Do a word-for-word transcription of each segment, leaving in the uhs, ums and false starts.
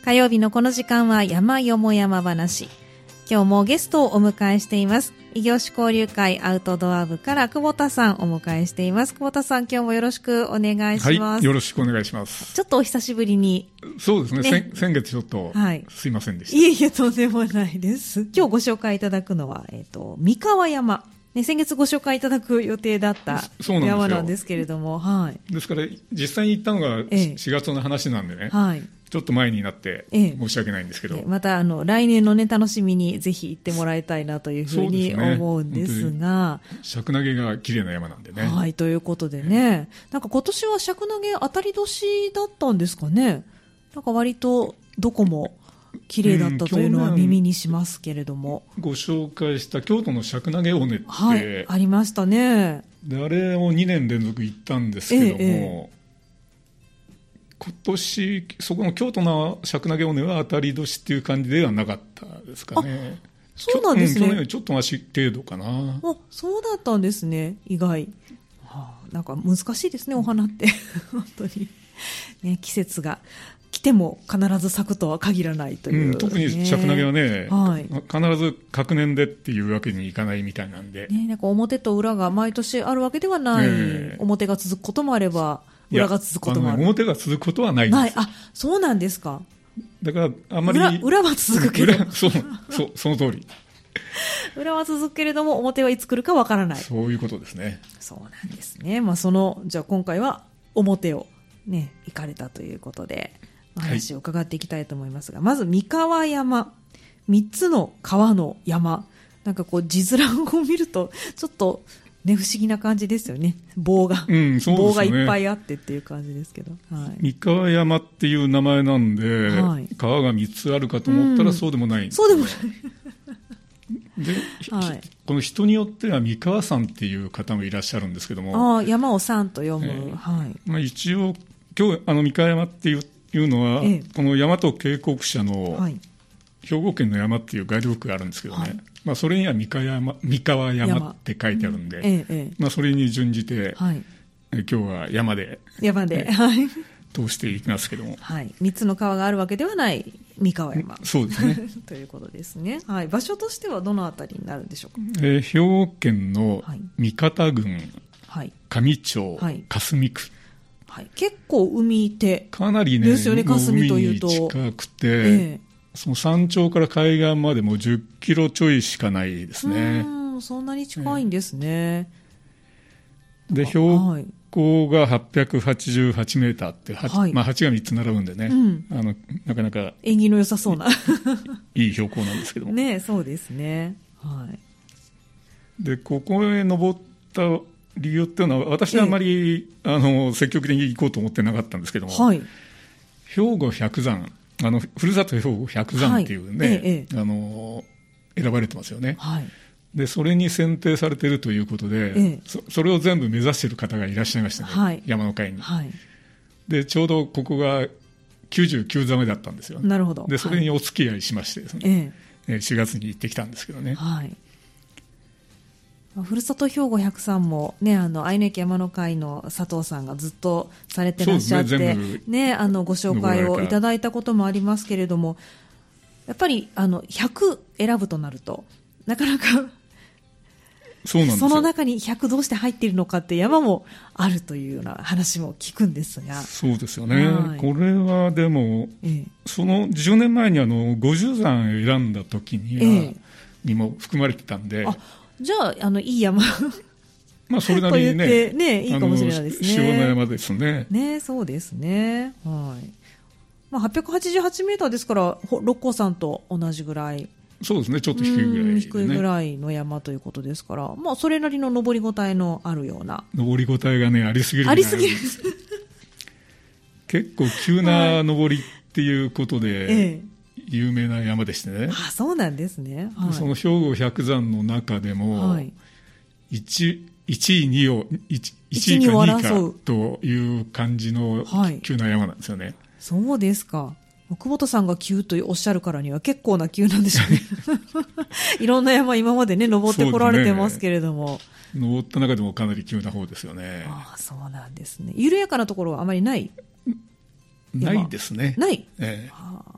火曜日のこの時間は山よも山話。今日もゲストをお迎えしています。異業種交流会アウトドア部から久保田さんお迎えしています。久保田さん、今日もよろしくお願いします。 はい、よろしくお願いします。 ちょっとお久しぶりに。 そうですね、ね先月ちょっと、はい、すいませんでした。いえいえ、とんでもないです。今日ご紹介いただくのは、えっと、三河山。ね、先月ご紹介いただく予定だった山なんですけれども、はい。 ですから実際に行ったのがしがつの話なんでね、ええ、はい、ちょっと前になって申し訳ないんですけど、ええ、 またあの来年の、ね、楽しみにぜひ行ってもらいたいなというふうに思うんですが、 尺投げが綺麗な山なんでね。 はい、ということでね、なんか今年は尺投げ当たり年だったんですかね。なんか割とどこも綺麗だったというのは耳にしますけれども、 うん、ご紹介した京都の尺投げ尾根って、 はい、ありましたね。 であれをにねん連続行ったんですけども、ええ、今年そこの京都の尺投げ尾根は当たり年っていう感じではなかったですかね。 そうなんですね。 去年よりちょっと足程度かな。 あ、そうだったんですね。意外、はあ、なんか難しいですね、お花って本当に、ね、季節が来ても必ず咲くとは限らないという、ね、うん、 特に尺投げはね、はい、必ず隔年でっていうわけにいかないみたいなんで、 ね、なんか表と裏が毎年あるわけではない、ね、表が続くこともあれば裏が続くこともある。 あの表が続くことはないんです。ない、 あ、そうなんですか。 だからあんまり裏, 裏は続くけどそうそうその通り裏は続くけれども表はいつ来るかわからない。 そういうことですね。 そうなんですね。まあ、そのじゃあ今回は表をね行かれたということでお話を伺っていきたいと思いますが、はい、まず三河山、みっつの川の山、なんかこう字面を見るとちょっとね、不思議な感じですよね。棒が、 うんそうですね、 棒がいっぱいあってっていう感じですけど、はい、 三河山っていう名前なんで、はい、川がみっつあるかと思ったらそうでもないんです、 うん、そうでもないで、はい、この人によっては三河山っていう方もいらっしゃるんですけども、 あ、山を山と読む、えーはい、 まあ、一応今日あの三河山っていういうのは、えー、この大和渓谷社の、はい、兵庫県の山っていうガイドブックがあるんですけどね、はい、まあ、それには三河山、三河山って書いてあるんで、うん、ええ、まあ、それに準じて、はい、え今日は山で山で、はい、 通していきますけども、 はい、みっつの川があるわけではない三河山、 そうですねということですね、はい、場所としてはどのあたりになるんでしょうか。 えー、兵庫県の三方郡、はい、上町、はい、霞区、 はい、結構海手かなりねですよね。霞というと海に近くて、えーその山頂から海岸までもじゅっキロちょいしかないですね。 うん、そんなに近いんですね。 えー、で標高がはっぴゃくはちじゅうはちメーターって、はい、まあ、はちがみっつ並ぶんでね、うん、あのなかなか縁起の良さそうないい標高なんですけどもね。そうですね、はい、 でここへ登った理由っていうのは私はあまり、えー、あの積極的に行こうと思ってなかったんですけども、はい、兵庫百山、あのふるさと兵庫百山っていうね、はい、ええ、あの選ばれてますよね、はい、でそれに選定されているということで、ええ、そ, それを全部目指している方がいらっしゃいましたね、はい、山の会に、はい、でちょうどここがきゅうじゅうきゅうざめだったんですよ、ね、 なるほど。 でそれにお付き合いしましてですね、はい、しがつに行ってきたんですけどね、はい、 ふるさと兵庫百山も、ね、あの愛の駅山の会の佐藤さんがずっとされてらっしゃって、ねね、あのご紹介をいただいたこともありますけれども、やっぱりあのひゃく選ぶとなるとなかなかそうなんですよ。 その中にひゃくどうして入っているのかって山もあるというような話も聞くんですが。 そうですよね、はい、これはでも、ええ、そのじゅうねんまえにあの五十山を選んだ時には、ええ、にも含まれてたんで、 あ、じゃあ、あのいい山まあそれなりに ね, ねいいかもしれないですね。 塩の山ですね。 ね、そうですね、はい、まあ、はっぴゃくはちじゅうはちメーターですから六甲山と同じぐらい。 そうですね、ちょっと低いぐらい、ね、 低いぐらいの山ということですから、まあ、それなりの登りごたえのあるような。 登りごたえがねありすぎる。 ありすぎる結構急な登りっていうことで、はい、ええ、有名な山でしてね。 あ、そうなんですね、はい、 その兵庫百山の中でも、はい、いち, いちいにいを 1, 1位かにいかという感じの急な山なんですよね、はい、 そうですか。久保田さんが急とおっしゃるからには結構な急なんでしょうねいろんな山今までね登ってこられてますけれども、 ね、登った中でもかなり急な方ですよね。 ああ、そうなんですね。緩やかなところはあまりない。 ないですね。 ない、 ええ、 あ、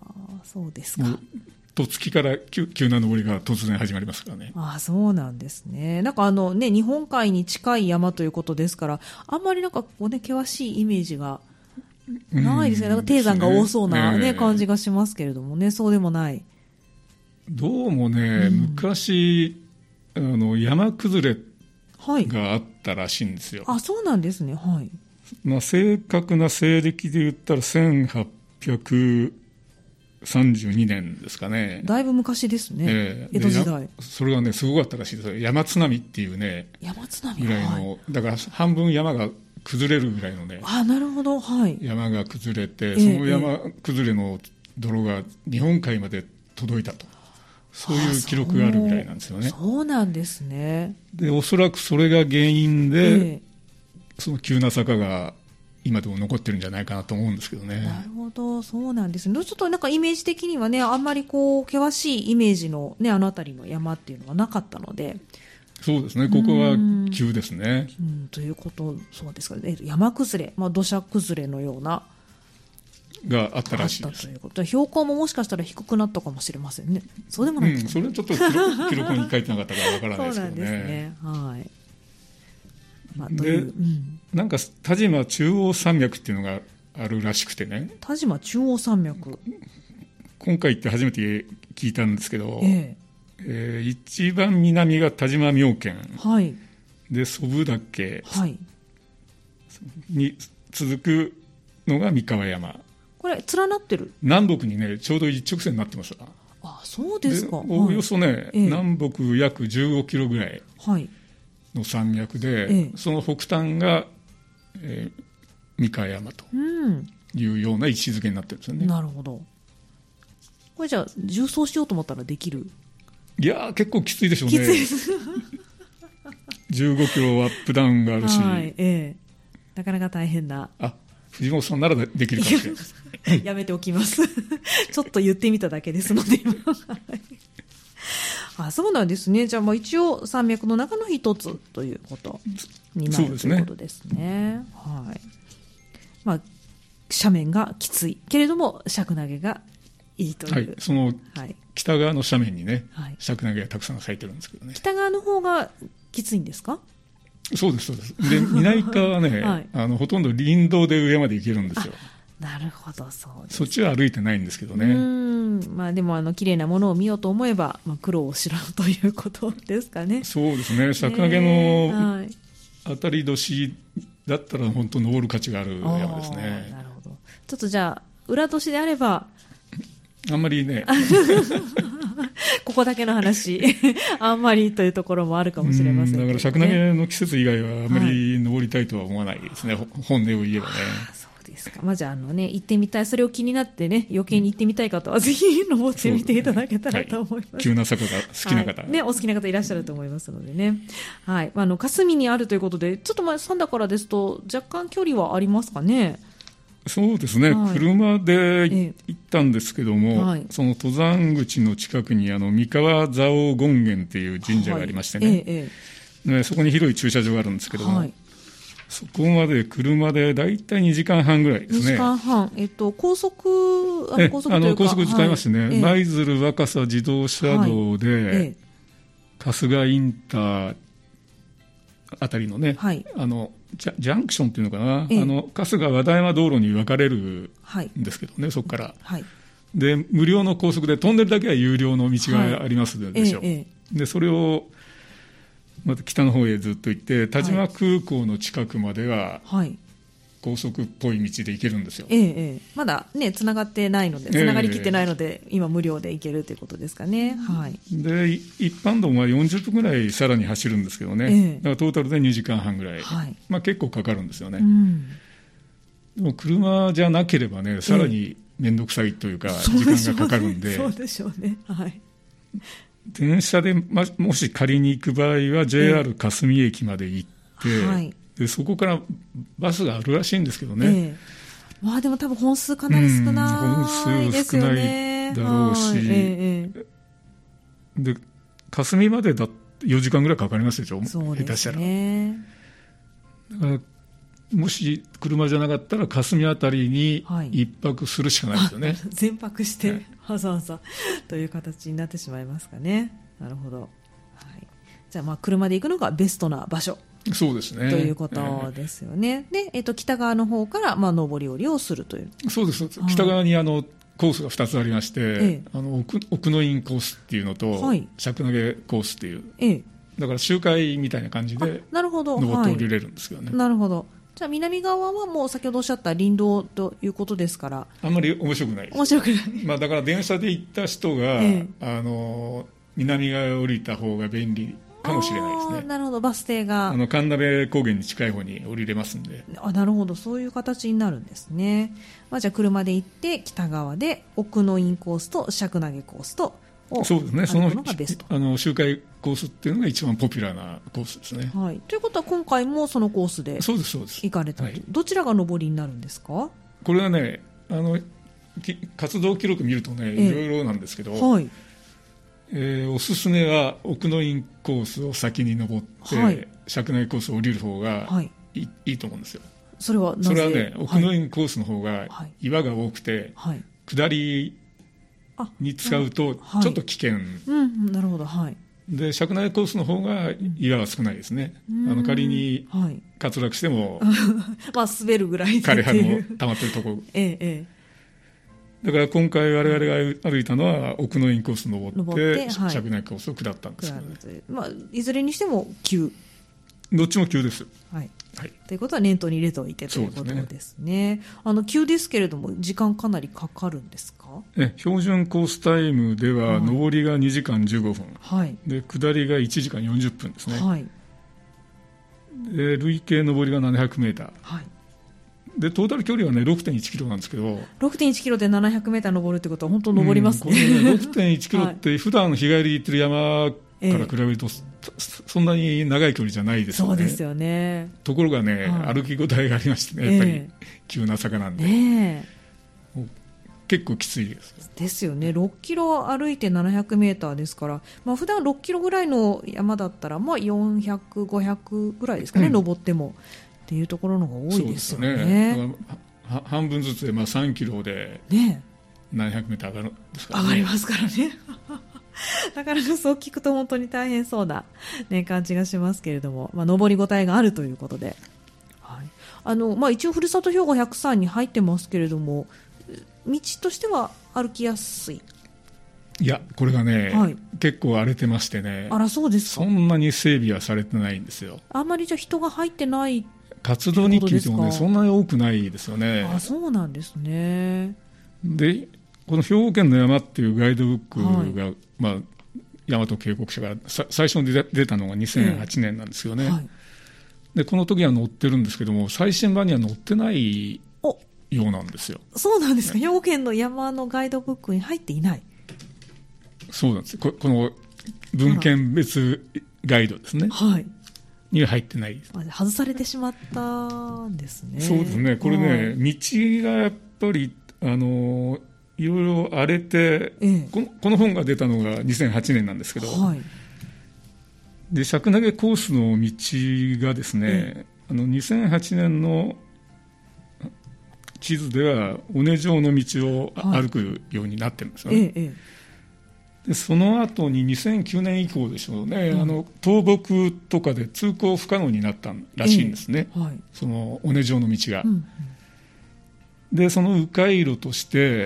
そうですか。 と月から急、急な登りが突然始まりますからね。 ああ、そうなんですね。なんかあのね、日本海に近い山ということですから、あんまりなんかこうね、険しいイメージがないですね。なんか低山が多そうなね、 えー、 感じがしますけれどもね、そうでもない。 どうもね、うん、昔、あの、山崩れがあったらしいんですよ。 はい、あ、そうなんですね。はい。 まあ、正確な西暦で言ったらせんはっぴゃくさんじゅうにねんですかね。 だいぶ昔ですね、えー、江戸時代。 それがねすごかったらしいですよ。山津波っていうね、 山津波ぐらいの、はい、だから半分山が崩れるぐらいのね、 あ、なるほど、はい、 山が崩れて、その山崩れの泥が日本海まで届いたと、そういう記録があるぐらいなんですよね。 そう、そうなんですね。 でおそらくそれが原因で、えー、その急な坂が今でも残ってるんじゃないかなと思うんですけどね。 なるほど、そうなんですね。ちょっとなんかイメージ的にはね、あんまりこう険しいイメージのね、あの辺りの山っていうのはなかったので。 そうですね、ここは急ですね。 うん、ということ、そうですかね、山崩れ、まあ、土砂崩れのようながあったらしいです。 あったということで、標高ももしかしたら低くなったかもしれませんね。そうでもないですか、ね、 うん、それはちょっと記録、記録に書いてなかったからわからないですけどね。 そうなんですね。はい。まあ、 で、うん、なんか田島中央山脈っていうのがあるらしくてね。 田島中央山脈。 今回行って初めて聞いたんですけど、 えええー、一番南が田島妙見、 はい、 で祖父岳、 はい、 に続くのが三河山。 これ連なってる。 南北にねちょうど一直線になってました。 あ、そうですか。 およそね、はい、南北約じゅうごキロぐらいの山脈で、はい、その北端が、えー、三河山というような位置づけになってるんですよね。 うん、なるほど。これじゃあ縦走しようと思ったらできる？ いやー結構きついでしょうね。 きついですじゅうごキロアップダウンがあるし、 はい、ええ、なかなか大変な。 あ、藤本さんならできるかもしれない。 やめておきますちょっと言ってみただけですので今あ、そうなんですね。じゃあ、まあ一応山脈の中の一つということになる、ね、ということですね。はい。まあ斜面がきついけれども尺投げがいいという、 はい、その北側の斜面にね、はい、尺投げがたくさん咲いてるんですけどね。 北側の方がきついんですか？ そうですそうです。で南側はね、はい、あのほとんど林道で上まで行けるんですよ。 なるほど、そうです。 そっちは歩いてないんですけどね。 うん、まあでもあの綺麗なものを見ようと思えば、まあ、苦労を知らんということですかね。 そうですね。尺投げの当たり年だったら本当登る価値がある山ですね。 なるほど。ちょっとじゃあ裏年であればあんまりねここだけの話あんまりというところもあるかもしれませんけど、ね、 だから尺投げの季節以外はあまり登りたいとは思わないですね、はい、本音を言えばね。 そうですか。まあ、じゃあ、あのね、行ってみたい、それを気になってね、余計に行ってみたい方はぜひ登ってみていただけたらと思います。はい、 急な坂が好きな方、 はい、ね、お好きな方いらっしゃると思いますのでね。はい、あの霞にあるということで、ちょっとまあ三田からですと若干距離はありますかね。 そうですね、はい、車で行ったんですけども、はい、その登山口の近くにあの三河蔵王権現っていう神社がありましてね、はい、ええ、ね、そこに広い駐車場があるんですけども、はい、そこまで車でだいたいにじかんはんぐらいですね。にじかんはん、えっと、高速、あの高速というか、あの高速使いましてね、舞、はい、鶴若狭自動車道で、はい、ええ、春日インターあたりのね、はい、あのジャ、ジャンクションっていうのかな、ええ、あの春日和田山道路に分かれるんですけどね、はい、そこから、はい、で無料の高速でトンネルだけは有料の道がありますでしょ、はい、ええ、でそれをまた北の方へずっと行って田島空港の近くまでは、はい、高速っぽい道で行けるんですよ、ええ、まだねつながってないのでつながりきってないので、ええ、今無料で行けるということですかね、はい、で一般道はよんじゅっぷんぐらいさらに走るんですけどね、ええ、だからトータルでにじかんはんぐらい、はい、まあ、結構かかるんですよね、うん、でも車じゃなければねさらに面倒くさいというか、ええ、時間がかかるんで、そうでしょうね、はい、電車で、ま、もし借りに行く場合は ジェイアール 霞駅まで行って、ええ、はい、でそこからバスがあるらしいんですけどね、ええ、まあ、でも多分本数かなり少ないですよね、本数少ないだろうし、ええ、で霞までだよじかんぐらいかかりますでしょ、そうですね、下手したら。だからもし車じゃなかったら霞あたりに一泊するしかないですよね、はい、 全泊してわざわざという形になってしまいますかね。なるほど、はい、じゃあまあ車で行くのがベストな場所、 そうですね、 ということですよね、えーでえー、と北側の方からまあ上り下りをするという。 そうです、はい、北側にあのコースがふたつありまして、ええ、あの 奥, 奥の院コースっていうのと、はい、尺投げコースっていう、ええ、だから周回みたいな感じで登って降りれるんですけどね。 なるほど。じゃあ南側はもう先ほどおっしゃった林道ということですからあんまり面白くないです。 面白くない、 まあ、だから電車で行った人が、ええ、あの南側へ降りた方が便利かもしれないですね。 なるほど、バス停があの神鍋高原に近い方に降りれますんで。 あ、なるほど、そういう形になるんですね。まあ、じゃあ車で行って北側で奥の院コースと尺投げコースとそうですね、そのあの周回コースっていうのが一番ポピュラーなコースですね、 はい、ということは今回もそのコースで行かれたと。どちらが上りになるんですか？ これはね、あの活動記録見るとね、いろいろなんですけど、はい、えー、おすすめは奥の院コースを先に登って、はい、尺投げコースを降りる方がいい、はい、いいと思うんですよ。 それはなぜ？ それはね、奥の院コースの方が岩が多くて、はい、下りに使うとちょっと危険、はい、うん、 なるほど、はい、 で尺投げコースの方が岩は少ないですね、うん、あの仮に滑落しても、はいまあ、滑るぐらい枯葉の溜まってるところ、ええ、だから今回我々が歩いたのは奥の院コースを登って、はい、尺投げコースを下ったんですけどね、 まあ、いずれにしても急、 どっちも急です、 はいはい、ということは念頭に入れておいてということですね。あの急ですけれども時間かなりかかるんですか？ え標準コースタイムでは、はい、上りがにじかんじゅうごふん、はい、で下りがいちじかんよんじゅっぷんですね、はい、で累計上りがななひゃくメーター、はい、でトータル距離は、ね、ろくてんいちキロなんですけどろくてんいちキロでななひゃくメーター登るってことは本当登りますね、うん、これね ろくてんいちキロって普段日帰り行ってる山から比べると、ええそんなに長い距離じゃないですよね。 そうですよね。 ところがね、はい、歩き応えがありましてね、やっぱり、えー、急な坂なんで、えー、結構きついです。 ですよね。ろっキロ歩いてななひゃくメーターですから、まあ、普段ろっキロぐらいの山だったら、まあ、よんひゃく、ごひゃくぐらいですかね、うん、登ってもっていうところの方が多いですよね。そうですね。 半分ずつでまあさんキロでななひゃくメーター上がるんですからね。 上がりますからね。だからそう聞くと本当に大変そうな、ね、感じがしますけれども、まあ、登りごたえがあるということで、はい、あのまあ、一応ふるさと兵庫ひゃくさんに入ってますけれども道としては歩きやすい？ いやこれがね、はい、結構荒れてましてね。 あら、そうですか。 そんなに整備はされてないんですよ。 あんまりじゃ人が入ってない活動日記でもねそんなに多くないですよね。 あ、そうなんですね。 でこの兵庫県の山っていうガイドブックが、はい、まあ、大和渓谷社が最初に出たのがにせんはちねんなんですよね、えーはい、でこの時は載ってるんですけども最新版には載ってないようなんですよ。 そうなんですか。兵庫県の山のガイドブックに入っていない。 そうなんです。 こ, この文献別ガイドですね、はい、には入ってないです。 外されてしまったんですね。 そうですね。これね、はい、道がやっぱりあのいろいろ荒れて、ええ、こ, のこの本が出たのがにせんはちねんなんですけど、はい、で尺投げコースの道がですね、ええ、あのにせんはちねんの地図では尾根状の道を歩くようになってるんですよね、はいええ、でその後ににせんきゅうねん以降でしょうね、うん、あの倒木とかで通行不可能になったらしいんですね、ええはい、その尾根状の道が、うんうん、でその迂回路として、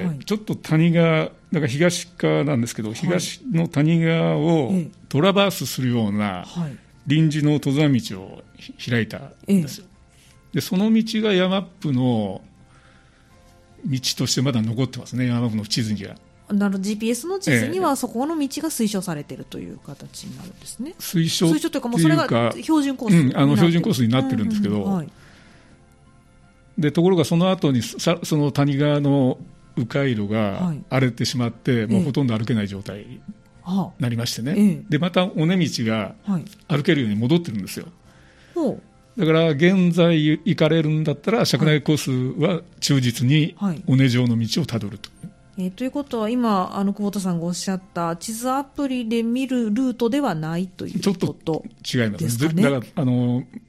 はい、ちょっと谷川だから東側なんですけど、はい、東の谷川をトラバースするような臨時の登山道を開いたんですよ、でその道がヤマップの道としてまだ残ってますね。ヤマップの地図にはなる ジーピーエス の地図にはそこの道が推奨されているという形になるんですね。 推奨推奨というかもうそれが標準コースになってる、 うん、あの標準コースになってるんですけど、うんうんはい、でところがその後にさその谷川の迂回路が荒れてしまって、はい、もうほとんど歩けない状態になりましてね、ええ、でまた尾根道が歩けるように戻ってるんですよ、はい、だから現在行かれるんだったら尺投げコースは忠実に尾根状の道をたどると、はいえー、ということは今あの久保田さんがおっしゃった地図アプリで見るルートではないということですかね。 ちょっと違います。だからあの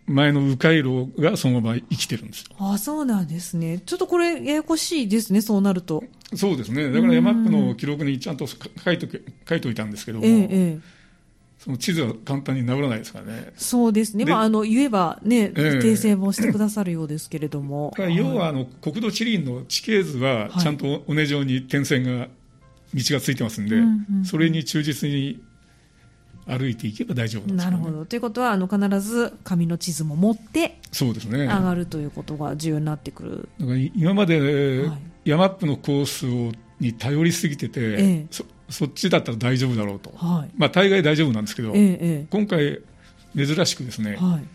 前の迂回路がそのまま生きてるんですよ。 ああ、そうなんですね。ちょっとこれややこしいですね、そうなると。 そうですね。だからヤマップの記録にちゃんと書いとけ書いといたんですけども、 ええええ、 その地図は簡単に直らないですからね。 そうですね。まあ、あの、言えばね、 ええ、 訂正もしてくださるようですけれども。 要は、あの、国土地理院の地形図は、ちゃんと尾根状に点線が、道がついてますんで、うんうん、それに忠実に歩いていけば大丈夫なんですよね。 なるほど。ということは、あの、必ず紙の地図も持って、 そうですね。 上がるということが重要になってくる。 だから今まで、はい、ヤマップのコースをに頼りすぎてて、ええ、そそっちだったら大丈夫だろうと、はい、まあ、大概大丈夫なんですけど、ええ、今回珍しくですね、はい、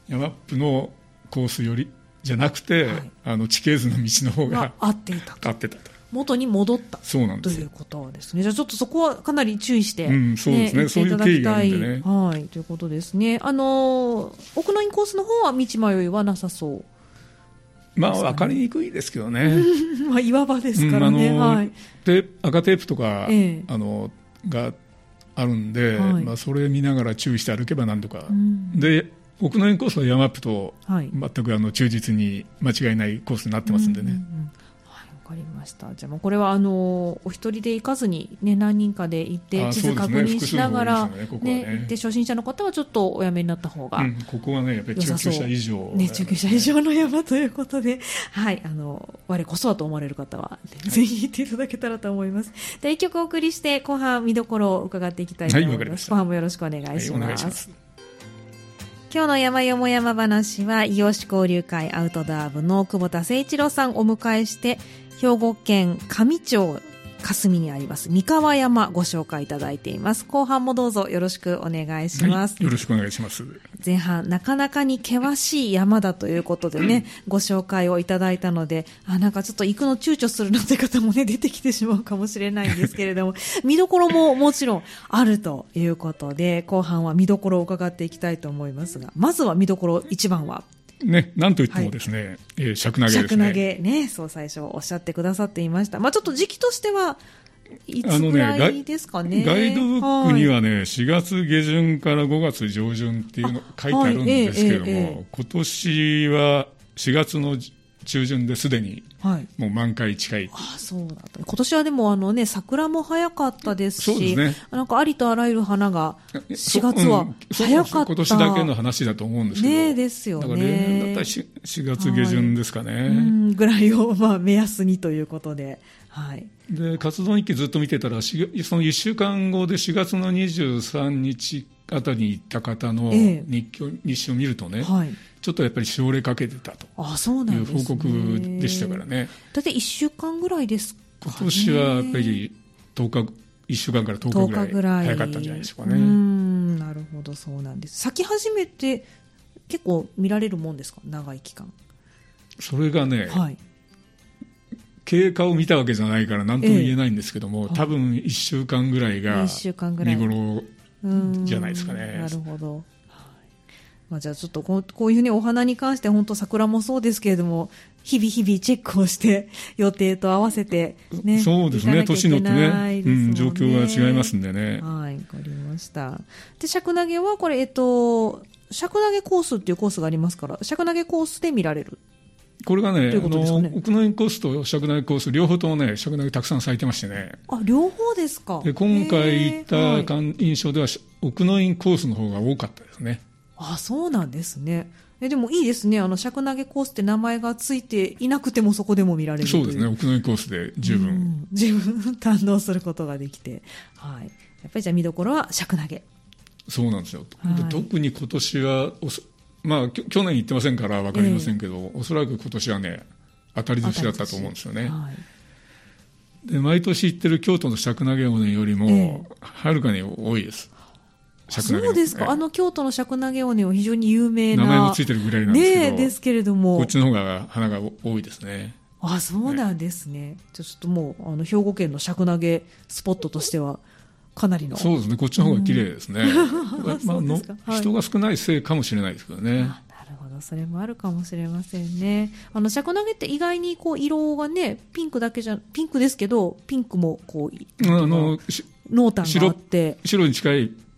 ヤマップのコースよりじゃなくて、はい、あの地形図の道の方が合っていたと、 合ってたと、 元に戻ったそうなんですということですね。じゃあちょっとそこはかなり注意して、 ね、うん、そうですね、そういう経緯があるんでね、 はい、ということですね。あの奥の院コースの方は道迷いはなさそう。 まあ、分かりにくいですけどね。 まあ、岩場ですからね。うん、はい、 で赤テープとか、ええ、あのがあるんで、はい、まあ、それ見ながら注意して歩けばなんとか。うん、で、奥の院コースはヤマップと全くあの忠実に間違いないコースになってますんでね。うんうんうん、 わかりました。じゃあもうこれはあのお一人で行かずに、ね、何人かで行って地図確認しながら、ねねね、で初心者の方はちょっとおやめになった方が、うん、 ここはねやっぱり中級者以上、 ね、中級者以上の山ということで、はい、あの我こそはと思われる方は、ね、ぜひ行っていただけたらと思います。で、一曲お送りして後半見どころを伺っていきたいと思います。はい、後半もよろしくお願いします。はい、お願いします。今日の山よも山話は異業種交流会アウトドア部の久保田誠一郎さんをお迎えして、兵庫県香美町霞にあります三河山ご紹介いただいています。後半もどうぞよろしくお願いします。 はい、よろしくお願いします。 前半なかなかに険しい山だということでね、うん、ご紹介をいただいたので、あ、なんかちょっと行くの躊躇するなという方もね出てきてしまうかもしれないんですけれども見どころももちろんあるということで、後半は見どころを伺っていきたいと思いますが、まずは見どころ一番はね、なんといってもですね、はい、えー、尺投げですね。 尺投げね、そう最初おっしゃってくださっていました。まあ、ちょっと時期としてはいつぐらいですかね。 ガイドブックにはね、はい、しがつげじゅんからごがつじょうじゅんっていうの書いてあるんですけれども、はい、えーえーえー、今年はしがつの中旬ですでにもう満開近い、はい、 あ、そうだった。今年はでもあの、ね、桜も早かったですし、 そうですね、 なんかありとあらゆる花がしがつは早かった、うん、 今年だけの話だと思うんですけど、 ね、ですよね。 だから例年だったら し, しがつげじゅんですかね、はい、 うんぐらいを、まあ、目安にということで、はい、 で活動日記ずっと見てたら、そのいっしゅうかんごでしがつのにじゅうさんにちあたりに行った方の日記、ええ、日誌を見るとね、はい、ちょっとやっぱり症例かけてたという報告でしたからね。 だっていっしゅうかんぐらいですかね。 今年はやっぱりとおか、いっしゅうかんからとおかぐらい早かったんじゃないでしょうかね。 うーん、なるほど、そうなんです。咲き始めて結構見られるもんですか、長い期間。 それがね、はい、経過を見たわけじゃないから何とも言えないんですけども、ええ、多分いっしゅうかんぐらいが見頃じゃないですかね。 なるほど。まあ、じゃあちょっとこう、こういうふうにお花に関して本当桜もそうですけれども、日々日々チェックをして予定と合わせて、ね、 そうですね、年によってね、うん、状況が違いますんでね。 はい、わかりました。で、尺投げはこれ、えっと、尺投げコースっていうコースがありますから、尺投げコースで見られる。 これが ね, ねあの奥の院コースと尺投げコース両方ともね、尺投げたくさん咲いてましてね。 あ、両方ですか。 で今回行った印象では、はい、奥の院コースの方が多かったですね。 あ、そうなんですね。えでもいいですね、あの尺投げコースって名前がついていなくてもそこでも見られるという。 そうですね、奥の院コースで十分、うん、 十分堪能することができて、はい、やっぱりじゃあ見どころは尺投げ。そうなんですよ、 はい、特に今年はおそまあ、去年行ってませんから分かりませんけど、えー、おそらく今年はね当たり年だったと思うんですよね、はい、で毎年行ってる京都の尺投げ尾根よりもはるかに多いです。 そうですか、あの京都の尺投げ尾根は非常に有名な名前もついてるぐらいなんですけど、 ね、ですけれどもこっちの方が花が多いですね。 あ、そうなんですね、ね、ちょっともうあの兵庫県の尺投げスポットとしてはかなりの。 そうですね、こっちの方が綺麗ですね、まあ、の人が少ないせいかもしれないですけどね。 あ、なるほど、それもあるかもしれませんね。あの尺投げって意外にこう色がね、ピンクだけじゃピンクですけど、ピンクもこうあの濃淡があって白, 白に近い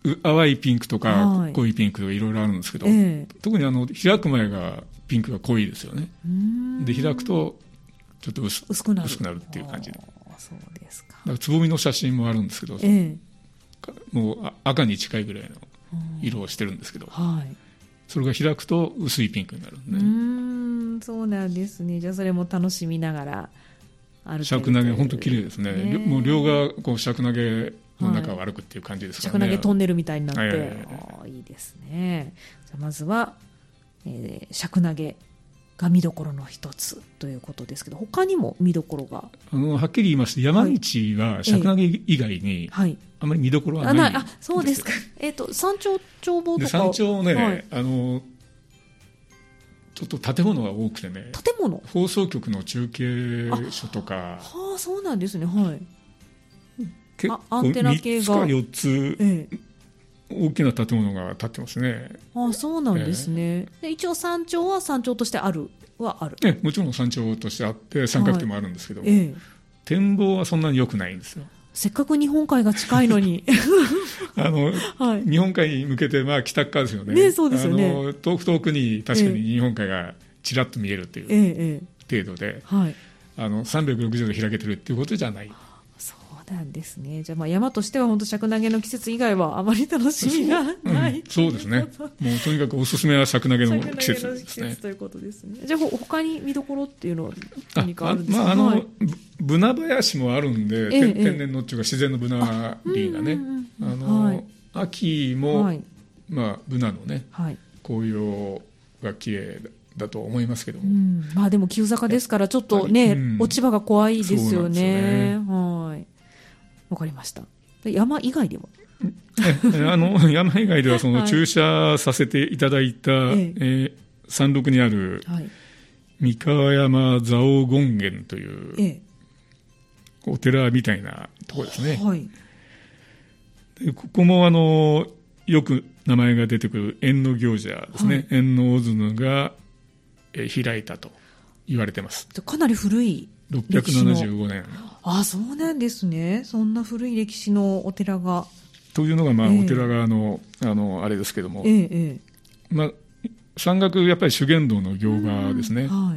淡いピンクとか、 はい、 濃いピンクとかいろいろあるんですけど、 えー、 特にあの開く前がピンクが濃いですよね。で開くとちょっと 薄, 薄くなる薄くなるっていう感じで。 そうですか。 だからつぼみの写真もあるんですけど、 えー、もう赤に近いぐらいの色をしてるんですけど、 はい、 それが開くと薄いピンクになるんで、ね、 うーん、そうなんですね。じゃあそれも楽しみながら歩けるシャクナゲ本当綺麗ですね。ね、もう両側こうシャクナゲの中を歩くっていう感じですからね。 シャクナゲトンネルみたいになって、 えー、あいいですね。じゃあまずは、えー、シャクナゲが見どころの一つということですけど、他にも見どころがあのはっきり言いまして山道はシャクナゲ以外にあまり見どころはないんですよ。 あ、あ、そうですか。えっと山頂眺望とか。 山頂ね、 はい、 あのちょっと建物が多くてね。 建物。 放送局の中継所とか。 はあ、そうなんですね。はい。 結構アンテナ系がみっつかよっつ、ええ、大きな建物が建ってますね。 ああ、そうなんですね。ええ、で一応山頂は山頂としてあるはある。 ええ、もちろん山頂としてあって三角形もあるんですけども、 はい、ええ、 展望はそんなに良くないんですよ。 せっかく日本海が近いのにあの、はい、日本海に向けてまあ北側ですよね。 ね、そうですよね。 あの遠く遠くに確かに日本海がちらっと見えるっていう程度で、ええええ、はい、あのさんびゃくろくじゅうど開けてるっていうことじゃない。 そうなんですね。じゃあまあ山としては本当シャクナゲの季節以外はあまり楽しみがない、 うん、そうですね。もうとにかくおすすめはシャクナゲの季節ですね。 ということですね。じゃあ他に見どころっていうのは何かあるんですか。 あ、まああの、 はい、 ブナ林もあるんで、ええ、天然のっていうか自然のブナ林がね、あ、あの、はい、秋も、はい、まあブナのね、はい、紅葉が綺麗だと思いますけども、うん、 まあでも急坂ですからちょっとね、うん、落ち葉が怖いですよね。はい。わかりました。山以外ではあの山以外ではその駐車させていただいた、はい、えー、山麓にある三河山蔵王権現というお寺みたいなところですね。はい、でここもあのよく名前が出てくる円の行者ですね。はい、円の大津が開いたと言われてます。 かなり古いろっぴゃくななじゅうごねん。 ああ、そうなんですね。そんな古い歴史のお寺が。 というのが、まあ、えー、お寺側の、あの、あれですけども。えーえー、まあ、山岳、やっぱり修験道の行場ですね。はい。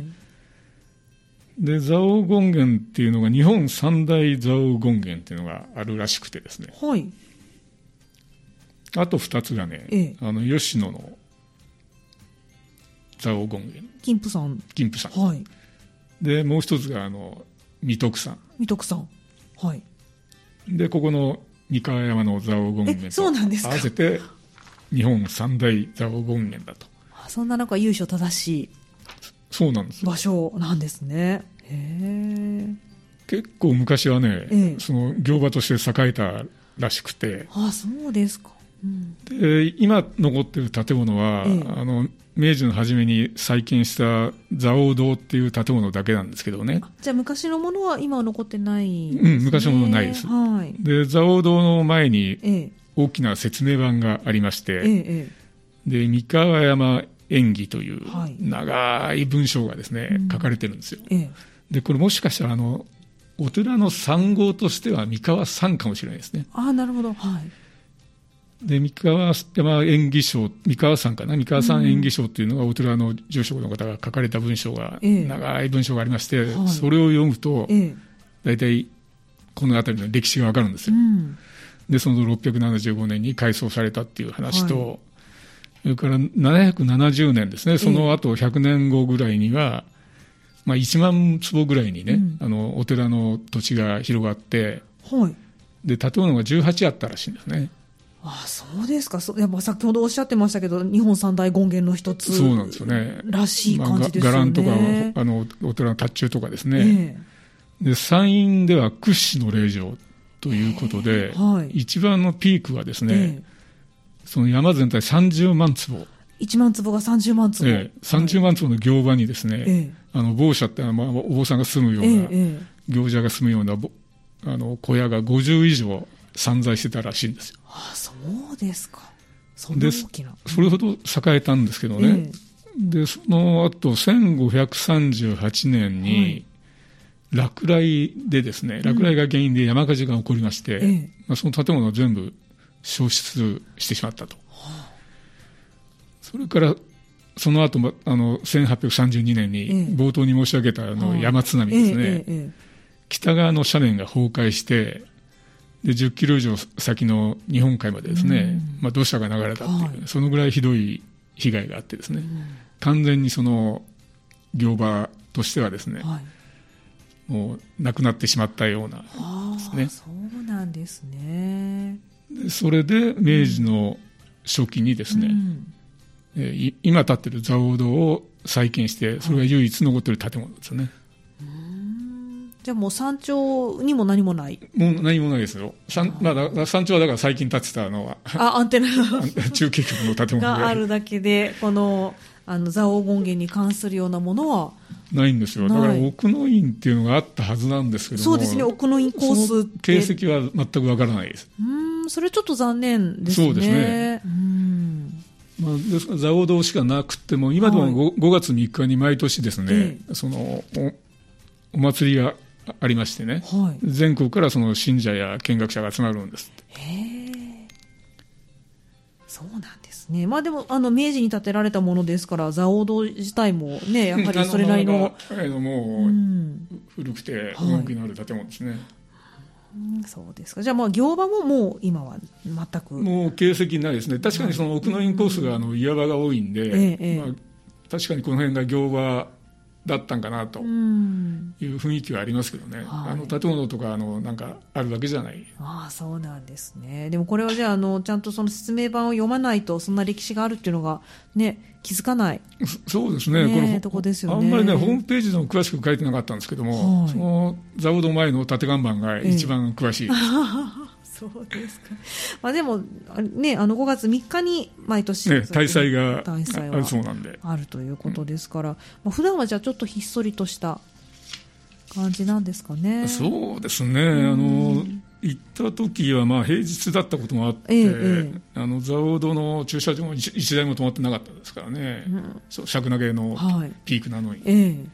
で、蔵王権現っていうのが、日本三大蔵王権現っていうのがあるらしくてですね。はい。あと二つがね、えー、あの、吉野の蔵王権現。 金峰山。 金峰山。はい。でもう一つがあの三徳山。 三徳山。はい。 でここの三河山の蔵王権現と合わせて日本三大蔵王権現だと。 あ、そんななんか由緒正しい。 そうなんですよ。 場所なんですね。へえ。 結構昔はね、ええ、その行場として栄えたらしくて。 あ、そうですか。うん、 で今残っている建物は、ええ、あの明治の初めに再建した蔵王堂っていう建物だけなんですけどね。 じゃあ昔のものは今は残ってないんですね。うん、昔のものないです。はい、で蔵王堂の前に大きな説明板がありまして、ええ、で三河山演義という長い文章がですね、はい、書かれてるんですよ。ええ、でこれもしかしたらあのお寺の山号としては三河山かもしれないですね。 ああ、なるほど。はい。 で三河山演義章、三河山かな、三河山演義章っていうのがお寺の住職の方が書かれた文章が、ええ、長い文章がありまして、はい、それを読むと、ええ、大体この辺りの歴史がわかるんですよ。うん、でそのろっぴゃくななじゅうごねんに改装されたっていう話と、はい、それからななひゃくななじゅうねんですね、その後ひゃくねんごぐらいには、まあ、いちまんつぼぐらいにね、うん、あのお寺の土地が広がって、はい、で建物がじゅうはちあったらしいんですね。 ああ、そうですか。そやっぱ先ほどおっしゃってましたけど、日本三大権現の一つそうなんですよね。 らしい感じですよね。 伽藍とかあのお寺の塔頭とかですね。えー、で山陰では屈指の霊場ということで、はい、一番のピークはですね、えー、その山全体さんじゅうまんつぼ。 いちまんつぼがさんじゅうまんつぼ。えー、さんじゅうまんつぼの行場にですね、えー、あの坊舎ってまあお坊さんが住むような、えー、行者が住むようなあの小屋がごじゅう以上散在してたらしいんですよ。 ああ、そうですか。そんな大きな。 それほど栄えたんですけどね。ええ、でその後せんごひゃくさんじゅうはちねんに落雷でですね、落雷が原因で山火事が起こりまして、ええ、まあ、その建物は全部消失してしまったと。それからその後もあのせんはっぴゃくさんじゅうにねんに冒頭に申し上げたあの山津波ですね、ええええ、北側の斜面が崩壊してでじゅっキロ以上先の日本海までですね、まあ、土砂が流れたっていう、はい、そのぐらいひどい被害があってですね、完全にその行場としてはですね、はい、もうなくなってしまったようなですね。 そうなんですね。 でそれで明治の初期にですね、うんえー、今建っている蔵王堂を再建してそれが唯一残っている建物ですね、はい、 うーんじゃあもう山頂にも何もない。 もう何もないですよ。山、まあ、山頂はだから最近建てたのはあアンテナ中継局の建物があるだけでこのあの蔵王権現に関するようなものはないんですよ。だから奥の院っていうのがあったはずなんですけども、 そうですね、奥の院コースってその形跡は全くわからないです。 うーんそれちょっと残念ですね。 そうですね。うんまあ、ですから蔵王堂しかなくても今でも 5, ごがつみっかに毎年ですね、ええ、その お, お祭りがありましてね、はい、全国からその信者や見学者が集まるんですって。 へえ、そうなんですね。まあでもあの明治に建てられたものですから蔵王堂自体もねやはりそれなりの、 あのもう古くて趣のある建物ですね、はいうん、そうですか。じゃあまあ行場ももう今は全くもう形跡ないですね。確かにその奥の院コースがあの岩場が多いんで、ええまあ、確かにこの辺が行場だったんかなという雰囲気はありますけどね、はい、あの建物とかあのなんかあるわけじゃない。 ああそうなんですね。でもこれはじゃあ、あのちゃんとその説明版を読まないとそんな歴史があるっていうのが、ね、気づかない。 そうですね、 ねこれとこですよね。 あんまりねホームページでも詳しく書いてなかったんですけども、はい、その蔵王堂前の縦看板が一番詳しい、ええそうですか。まあ、でも、ね、あのごがつみっかに毎年、 ね、大祭が大祭はあるということですから、うんまあ、普段はじゃあちょっとひっそりとした感じなんですかね。 そうですね、あの行った時はまあ平日だったこともあって、ええ、あの蔵王堂の駐車場も一台も止まってなかったですからね、うん、そう尺投げのピークなのに、はいええ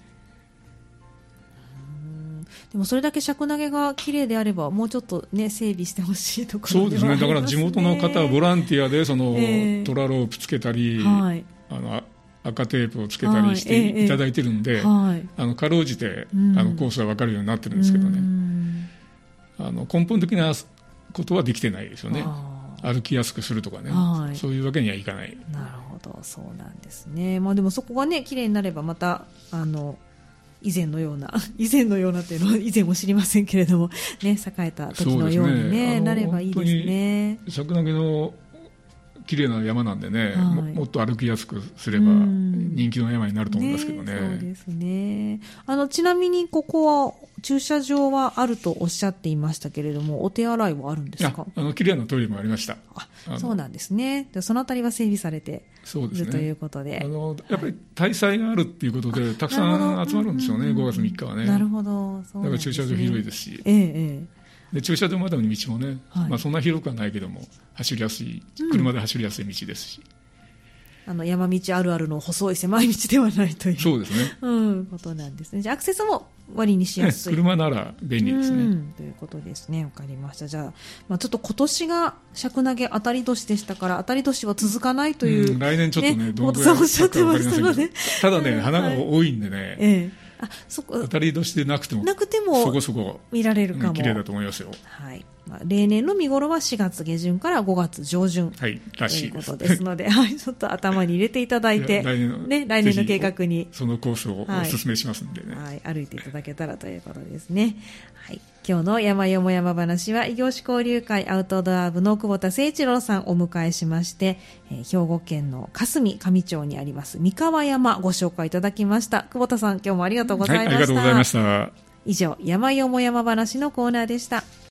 でもそれだけ尺投げが綺麗であればもうちょっと、ね、整備してほしいところではありますね。 そうですね。だから地元の方はボランティアでその、えー、トラロープつけたり、はい、あの赤テープをつけたりしていただいてるんで、はい、あのかろうじて、うん、あのコースが分かるようになってるんですけどね、あの根本的なことはできてないですよね。歩きやすくするとかね、はい、そういうわけにはいかない。 なるほど、そうなんですね。まあ、でもそこがね綺麗になればまたあの以前のような以前のようなというのは以前も知りませんけれども、ね、栄えた時のように、ねね、なればいいですね。 尺投げの綺麗な山なんでね、はい、も, もっと歩きやすくすれば人気の山になると思いますけどね。 ねそうですね。あのちなみにここは駐車場はあるとおっしゃっていましたけれども、お手洗いはあるんですか？ あの綺麗なトイレもありました。 あそうなんですね。でそのあたりは整備されているということで、 あのやっぱり大祭があるっていうことでたくさん集まるんですよね、ごがつみっかはね。 なるほど、そうなんですね。 だから駐車場広いですし、 ええええで駐車場までの道もね、はいまあ、そんな広くはないけども走りやすい、車で走りやすい道ですし、 うん、あの山道あるあるの細い狭い道ではないというそうですね、 うん、ことなんですね。じゃあアクセスも割にしやすい、 車なら便利ですね、 うん、ということですね。わかりました。じゃあ、まあ、ちょっと今年が尺投げ当たり年でしたから当たり年は続かないという、 うん、来年ちょっとね、ねどのくらいおっしゃってましたのでただね、うん、花が多いんでね、はいええあそこ当たり年でなくてもなくてもそこそこ見られるかも、 綺麗だと思いますよ。 はいまあ、例年の見頃はしがつ下旬からごがつ上旬、 はい、らしいですということですので、はい、ちょっと頭に入れていただいて来年の、ね、来年の計画にそのコースをお勧めしますのでね、 はいはい、歩いていただけたらということですね。はい、今日の山よも山話は異業種交流会アウトドア部の久保田誠一郎さんをお迎えしまして、えー、兵庫県の霞上町にあります三河山ご紹介いただきました。久保田さん、今日もありがとうございました。 はい、ありがとうございました。 以上、山よも山話のコーナーでした。